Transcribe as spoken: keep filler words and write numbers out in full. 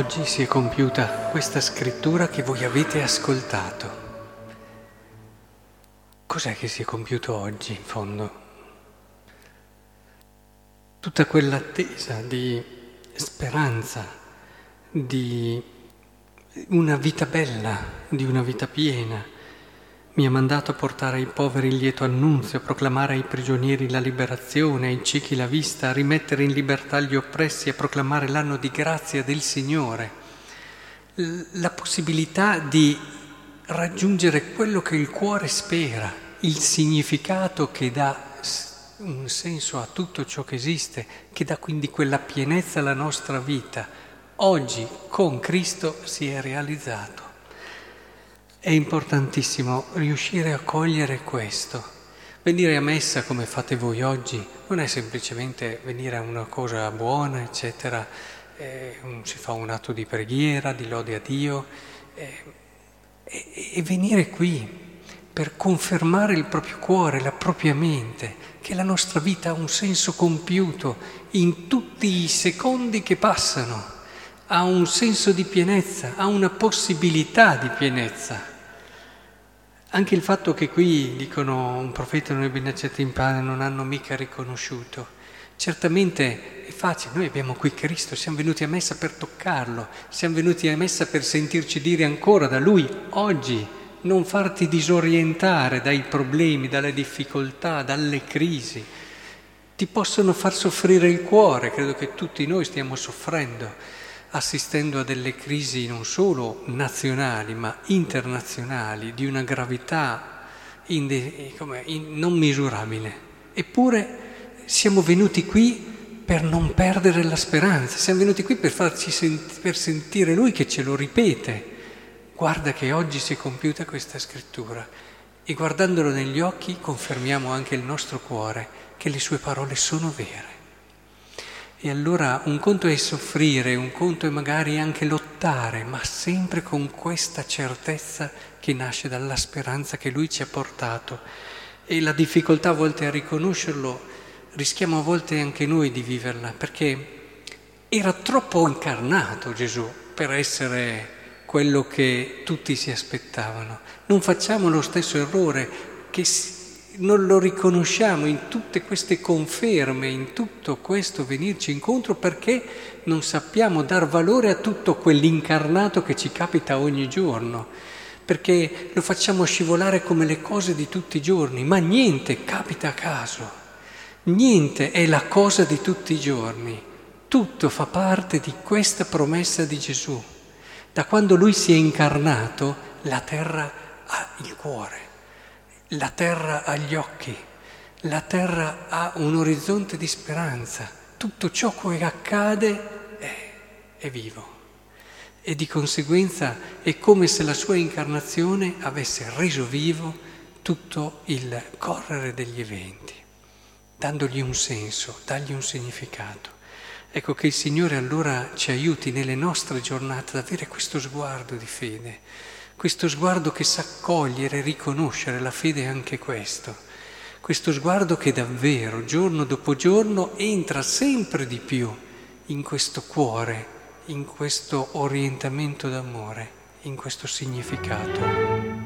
oggi si è compiuta questa scrittura che voi avete ascoltato. Cos'è che si è compiuto oggi, in fondo? Tutta quell'attesa di speranza, di una vita bella, di una vita piena. Mi ha mandato a portare ai poveri il lieto annunzio, a proclamare ai prigionieri la liberazione, ai ciechi la vista, a rimettere in libertà gli oppressi, a proclamare l'anno di grazia del Signore. La possibilità di raggiungere quello che il cuore spera, il significato che dà un senso a tutto ciò che esiste, che dà quindi quella pienezza alla nostra vita. Oggi con Cristo si è realizzato. È importantissimo riuscire a cogliere questo. Venire a messa come fate voi oggi non è semplicemente venire a una cosa buona, eccetera, eh, si fa un atto di preghiera, di lode a Dio, eh, e, e venire qui per confermare il proprio cuore, la propria mente, che la nostra vita ha un senso compiuto in tutti i secondi che passano, ha un senso di pienezza, ha una possibilità di pienezza. Anche il fatto che qui dicono un profeta non ebbe innanzitutto in pane, non hanno mica riconosciuto. Certamente è facile, noi abbiamo qui Cristo, siamo venuti a messa per toccarlo, siamo venuti a messa per sentirci dire ancora da Lui oggi, non farti disorientare dai problemi, dalle difficoltà, dalle crisi. Ti possono far soffrire il cuore, credo che tutti noi stiamo soffrendo, assistendo a delle crisi non solo nazionali ma internazionali di una gravità inde, come, in, non misurabile. Eppure siamo venuti qui per non perdere la speranza, siamo venuti qui per, farci sent- per sentire Lui che ce lo ripete. Guarda che oggi si è compiuta questa scrittura e guardandolo negli occhi confermiamo anche il nostro cuore che le sue parole sono vere. E allora un conto è soffrire, un conto è magari anche lottare, ma sempre con questa certezza che nasce dalla speranza che Lui ci ha portato. E la difficoltà a volte a riconoscerlo, rischiamo a volte anche noi di viverla, perché era troppo incarnato Gesù per essere quello che tutti si aspettavano. Non facciamo lo stesso errore che non lo riconosciamo in tutte queste conferme, in tutto questo venirci incontro, perché non sappiamo dar valore a tutto quell'incarnato che ci capita ogni giorno, perché lo facciamo scivolare come le cose di tutti i giorni, ma niente capita a caso, niente è la cosa di tutti i giorni, tutto fa parte di questa promessa di Gesù. Da quando Lui si è incarnato, la terra ha il cuore. La terra ha gli occhi, la terra ha un orizzonte di speranza, tutto ciò che accade è, è vivo e di conseguenza è come se la sua incarnazione avesse reso vivo tutto il correre degli eventi, dandogli un senso, dargli un significato. Ecco che il Signore allora ci aiuti nelle nostre giornate ad avere questo sguardo di fede, questo sguardo che sa cogliere e riconoscere, la fede è anche questo, questo sguardo che davvero giorno dopo giorno entra sempre di più in questo cuore, in questo orientamento d'amore, in questo significato.